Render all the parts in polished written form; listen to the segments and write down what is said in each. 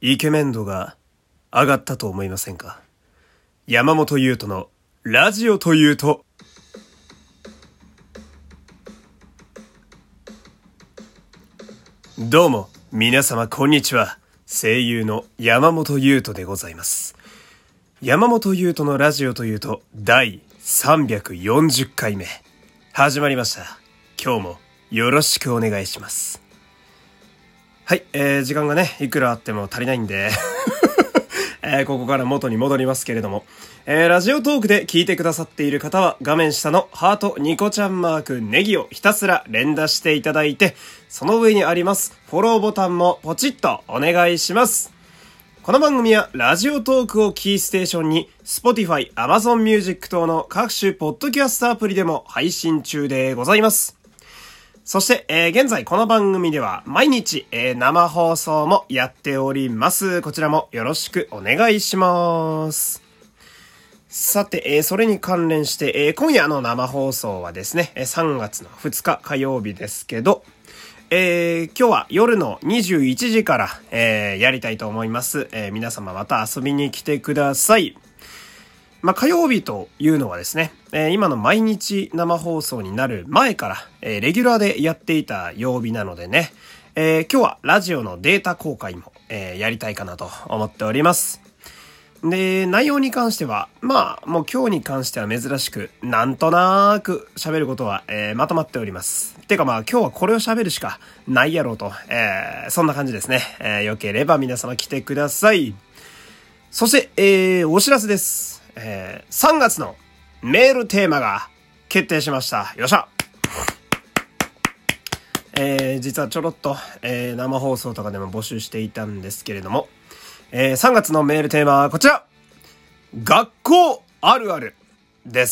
イケメン度が上がったと思いませんか？山本優斗のラジオというと、どうも皆様こんにちは。声優の山本優斗でございます。山本優斗のラジオというと第340回目始まりました。今日もよろしくお願いします。はい、時間がねいくらあっても足りないんでここから元に戻りますけれども、ラジオトークで聞いてくださっている方は画面下のハートニコちゃんマークネギをひたすら連打していただいて、その上にありますフォローボタンもポチッとお願いします。この番組はラジオトークをキーステーションに Spotify、Amazon Music 等の各種ポッドキャストアプリでも配信中でございます。そして、現在この番組では毎日、生放送もやっております。こちらもよろしくお願いします。さて、それに関連して、今夜の生放送はですね、3月の2日火曜日ですけど、今日は夜の21時から、やりたいと思います。皆様また遊びに来てください。火曜日というのはですね、今の毎日生放送になる前から、レギュラーでやっていた曜日なのでね、今日はラジオのデータ公開も、やりたいかなと思っております。で、内容に関しては、もう今日に関しては珍しく、なんとなく喋ることは、まとまっております。てか今日はこれを喋るしかないやろうと、そんな感じですね。よければ皆様来てください。そして、お知らせです。3月のメールテーマが決定しました。よっしゃ。実はちょろっと、生放送とかでも募集していたんですけれども、3月のメールテーマはこちら。学校あるあるです。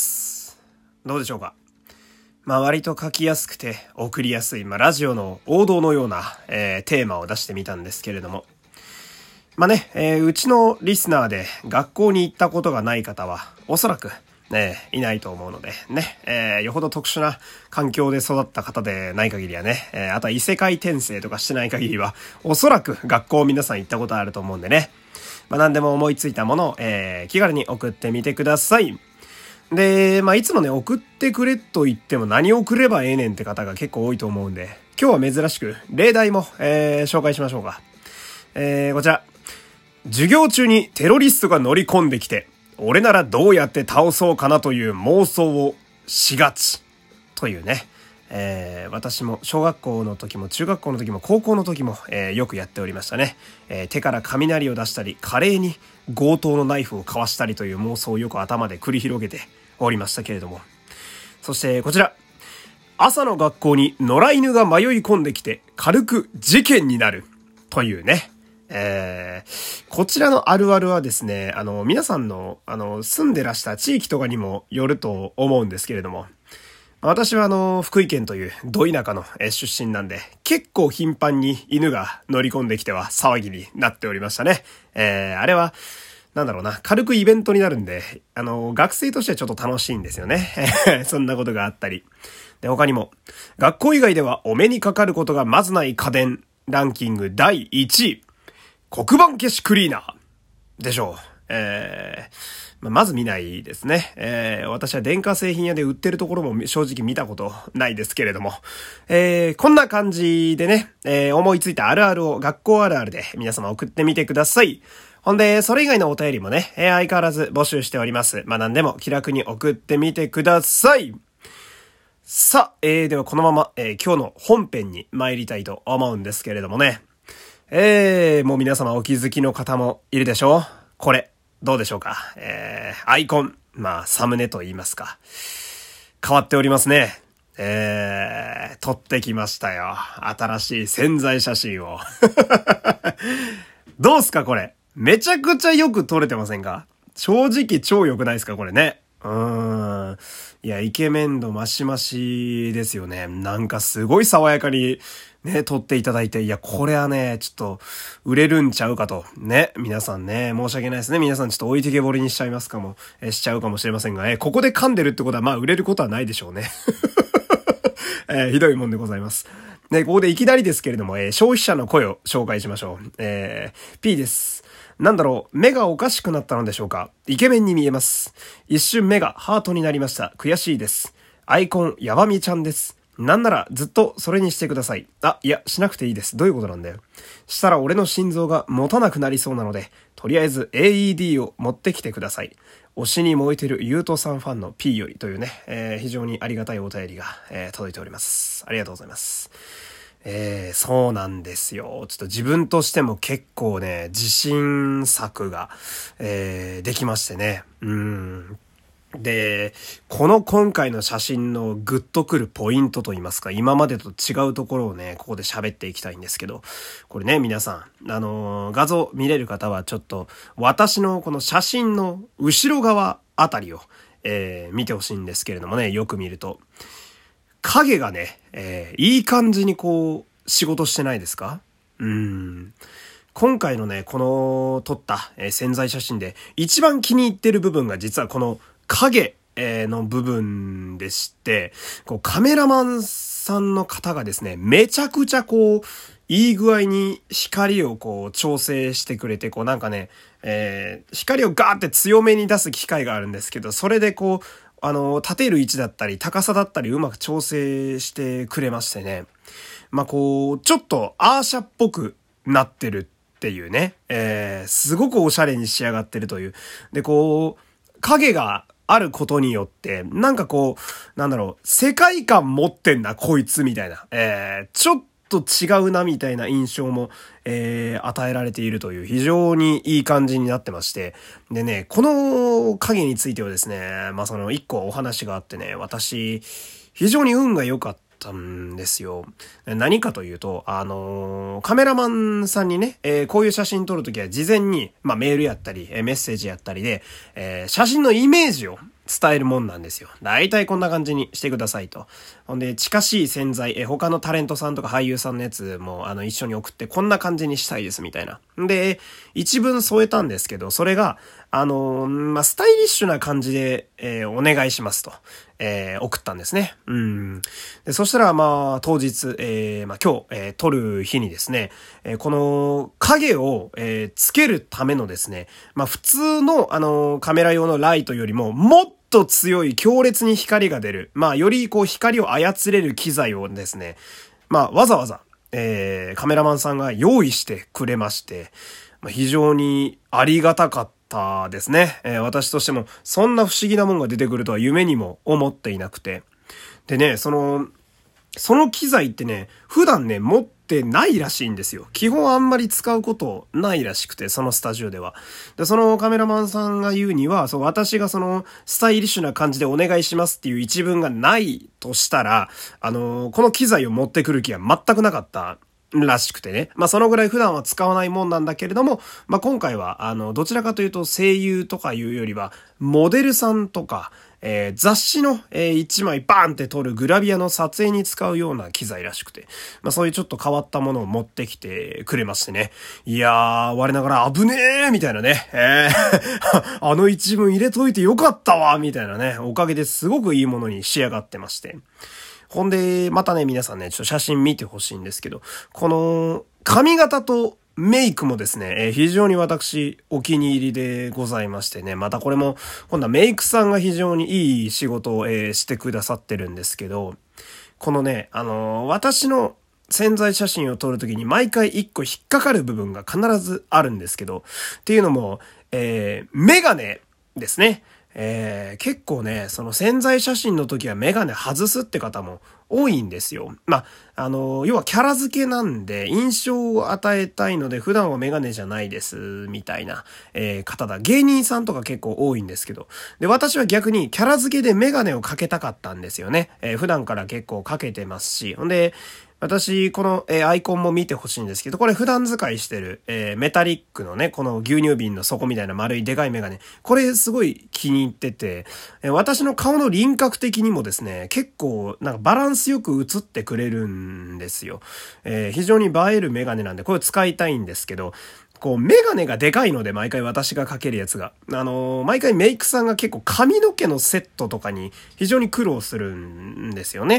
どうでしょうか。割と書きやすくて送りやすい、ラジオの王道のような、テーマを出してみたんですけれども、うちのリスナーで学校に行ったことがない方はおそらくいないと思うのでね、よほど特殊な環境で育った方でない限りはね、あとは異世界転生とかしてない限りはおそらく学校皆さん行ったことあると思うんでね、何でも思いついたものを、気軽に送ってみてください。で、いつもね送ってくれと言っても何を送ればええねんって方が結構多いと思うんで、今日は珍しく例題も、紹介しましょうか。こちら。授業中にテロリストが乗り込んできて、俺ならどうやって倒そうかなという妄想をしがちというね、私も小学校の時も中学校の時も高校の時も、よくやっておりましたね。手から雷を出したり華麗に強盗のナイフをかわしたりという妄想をよく頭で繰り広げておりましたけれども、そしてこちら、朝の学校に野良犬が迷い込んできて軽く事件になるというね、こちらのあるあるはですね、皆さんの、住んでらした地域とかにもよると思うんですけれども、私は福井県というど田舎の出身なんで、結構頻繁に犬が乗り込んできては騒ぎになっておりましたね。あれは、軽くイベントになるんで、学生としてはちょっと楽しいんですよね。そんなことがあったり。で、他にも、学校以外ではお目にかかることがまずない家電ランキング第1位。黒板消しクリーナーでしょう。まず見ないですね。私は電化製品屋で売ってるところも正直見たことないですけれども、こんな感じでね、思いついたあるあるを学校あるあるで皆様送ってみてください。ほんで、それ以外のお便りもね、相変わらず募集しております。何でも気楽に送ってみてください。さあ、ではこのまま、今日の本編に参りたいと思うんですけれどもね。もう皆様お気づきの方もいるでしょう。これ、どうでしょうか。アイコン、サムネと言いますか。変わっておりますね。撮ってきましたよ。新しい宣材写真を。どうすかこれ。めちゃくちゃよく撮れてませんか？正直超良くないですかこれね。いや、イケメン度マシマシですよね。すごい爽やかにね、撮っていただいて、いや、これはね、ちょっと、売れるんちゃうかと。ね、皆さんね、申し訳ないですね。皆さんちょっと置いてけぼりにしちゃいますかも、しちゃうかもしれませんが、ここで噛んでるってことは、売れることはないでしょうね。ひどいもんでございます。 で、ここでいきなりですけれども、消費者の声を紹介しましょう。P です。なんだろう、目がおかしくなったのでしょうか。イケメンに見えます。一瞬目がハートになりました。悔しいです。アイコン、やばみちゃんです。なんならずっとそれにしてください。あ、いや、しなくていいです。どういうことなんだよ。したら俺の心臓が持たなくなりそうなので、とりあえず AED を持ってきてください。推しに燃えてるゆうとさんファンの P よりというね、非常にありがたいお便りが、届いております。ありがとうございます。そうなんですよ。ちょっと自分としても結構ね、自信作が、できましてね。で、今回の写真のグッとくるポイントといいますか、今までと違うところをね、ここで喋っていきたいんですけど、これね、皆さん、画像見れる方はちょっと、私のこの写真の後ろ側あたりを、見てほしいんですけれどもね、よく見ると、影がね、いい感じにこう、仕事してないですか？今回のね、この撮った、宣材写真で一番気に入ってる部分が実はこの影の部分でして、こうカメラマンさんの方がですね、めちゃくちゃこう、いい具合に光をこう調整してくれて、こうなんかね、光をガーって強めに出す機械があるんですけど、それでこう、立てる位置だったり、高さだったり、うまく調整してくれましてね。まあ、こう、ちょっとアーシャっぽくなってるっていうね。すごくおしゃれに仕上がってるという。で、こう、影があることによって、なんかこう、なんだろう、世界観持ってんな、こいつみたいな。ちょっと違うなみたいな印象も、与えられているという非常にいい感じになってまして。でね、この影についてはですね、まあ、その一個お話があってね、私、非常に運が良かったんですよ。何かというと、カメラマンさんにね、こういう写真撮るときは事前に、まあ、メールやったり、メッセージやったりで、写真のイメージを伝えるもんなんですよ。だいたいこんな感じにしてくださいと。ほんで、近しい宣材、他のタレントさんとか俳優さんのやつも、一緒に送ってこんな感じにしたいですみたいな。で、一文添えたんですけど、それが、まあ、スタイリッシュな感じで、お願いしますと、送ったんですね。で、そしたら、まあ、当日、まあ、今日、撮る日にですね、この影を、つけるためのですね、まあ、普通の、カメラ用のライトよりも、もっと強い強烈に光が出る。まあ、よりこう光を操れる機材をですね、まあ、わざわざ、カメラマンさんが用意してくれまして、まあ、非常にありがたかったですね。私としても、そんな不思議なもんが出てくるとは夢にも思っていなくて。でね、その機材ってね、普段ね、持ってないらしいんですよ。基本あんまり使うことないらしくて、そのスタジオでは。で、そのカメラマンさんが言うには、私がスタイリッシュな感じでお願いしますっていう一文がないとしたら、この機材を持ってくる気は全くなかったらしくてね。まあ、そのぐらい普段は使わないもんなんだけれども、まあ、今回は、どちらかというと声優とかいうよりは、モデルさんとか、雑誌の、一枚バーンって撮るグラビアの撮影に使うような機材らしくて、まあそういうちょっと変わったものを持ってきてくれましてね。いやー、我ながら危ねーみたいなね。あの一文入れといてよかったわみたいなね。おかげですごくいいものに仕上がってまして。ほんで、またね、皆さんね、ちょっと写真見てほしいんですけど、この髪型とメイクもですね、非常に私お気に入りでございましてね、またこれも今度はメイクさんが非常にいい仕事を、してくださってるんですけど、このね、私の宣材写真を撮るときに毎回一個引っかかる部分が必ずあるんですけど、っていうのも、メガネですね。結構ね、その宣材写真の時はメガネ外すって方も多いんですよ。まあ、要はキャラ付けなんで印象を与えたいので普段はメガネじゃないです、みたいな、方だ。芸人さんとか結構多いんですけど。で、私は逆にキャラ付けでメガネをかけたかったんですよね。普段から結構かけてますし。ほんで、私、この、アイコンも見てほしいんですけど、これ普段使いしてる、メタリックのね、この牛乳瓶の底みたいな丸いでかいメガネ。これすごい気に入ってて、私の顔の輪郭的にもですね、結構なんかバランスよく映ってくれるんですよ。非常に映えるメガネなんで、これ使いたいんですけど、こう、メガネがでかいので、毎回私がかけるやつが。毎回メイクさんが結構髪の毛のセットとかに非常に苦労するんですよね。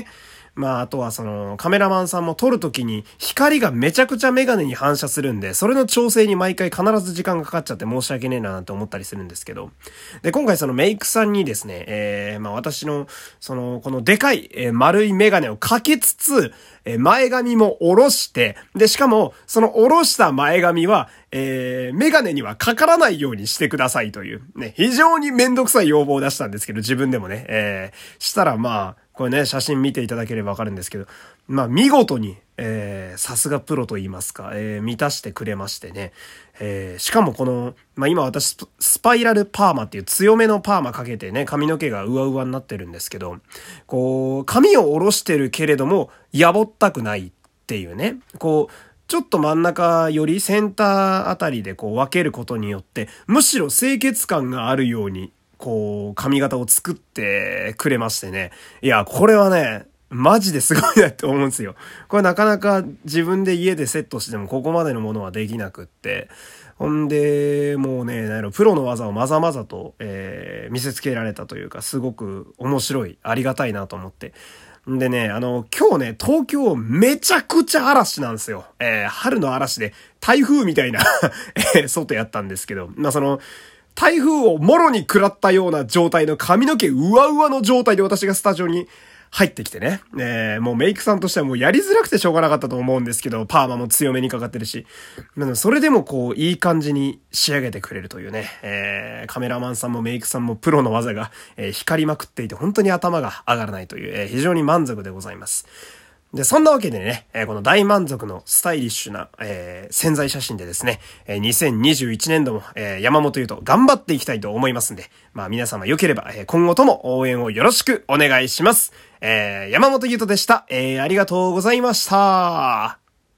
あとはカメラマンさんも撮るときに光がめちゃくちゃメガネに反射するんで、それの調整に毎回必ず時間がかかっちゃって申し訳ねえななんて思ったりするんですけど。で、今回メイクさんにですね、私の、このでかい、丸いメガネをかけつつ、前髪も下ろして、で、しかも、下ろした前髪は、メガネにはかからないようにしてくださいという、ね、非常にめんどくさい要望を出したんですけど、自分でもね、したらこれね、写真見ていただければわかるんですけど、見事に、さすがプロと言いますか、満たしてくれましてね。しかも今私、スパイラルパーマっていう強めのパーマかけてね、髪の毛がうわうわになってるんですけど、髪を下ろしてるけれども、やぼったくないっていうね、ちょっと真ん中よりセンターあたりで分けることによって、むしろ清潔感があるように、髪型を作ってくれましてね。いや、これはね、マジですごいなって思うんですよ。これなかなか自分で家でセットしてもここまでのものはできなくって。ほんで、もうね、プロの技をまざまざと、見せつけられたというか、すごく面白い、ありがたいなと思って。んでね、今日ね、東京めちゃくちゃ嵐なんですよ。春の嵐で台風みたいな外やったんですけど、台風をもろに食らったような状態の髪の毛うわうわの状態で私がスタジオに入ってきてね。もうメイクさんとしてはもうやりづらくてしょうがなかったと思うんですけど、パーマも強めにかかってるし。それでもいい感じに仕上げてくれるというね。カメラマンさんもメイクさんもプロの技が、光りまくっていて本当に頭が上がらないという、非常に満足でございます。で、そんなわけでね、この大満足のスタイリッシュな、宣材写真でですね、2021年度も、山本優斗頑張っていきたいと思いますんで、皆様良ければ、今後とも応援をよろしくお願いします。山本優斗でした。ありがとうございました。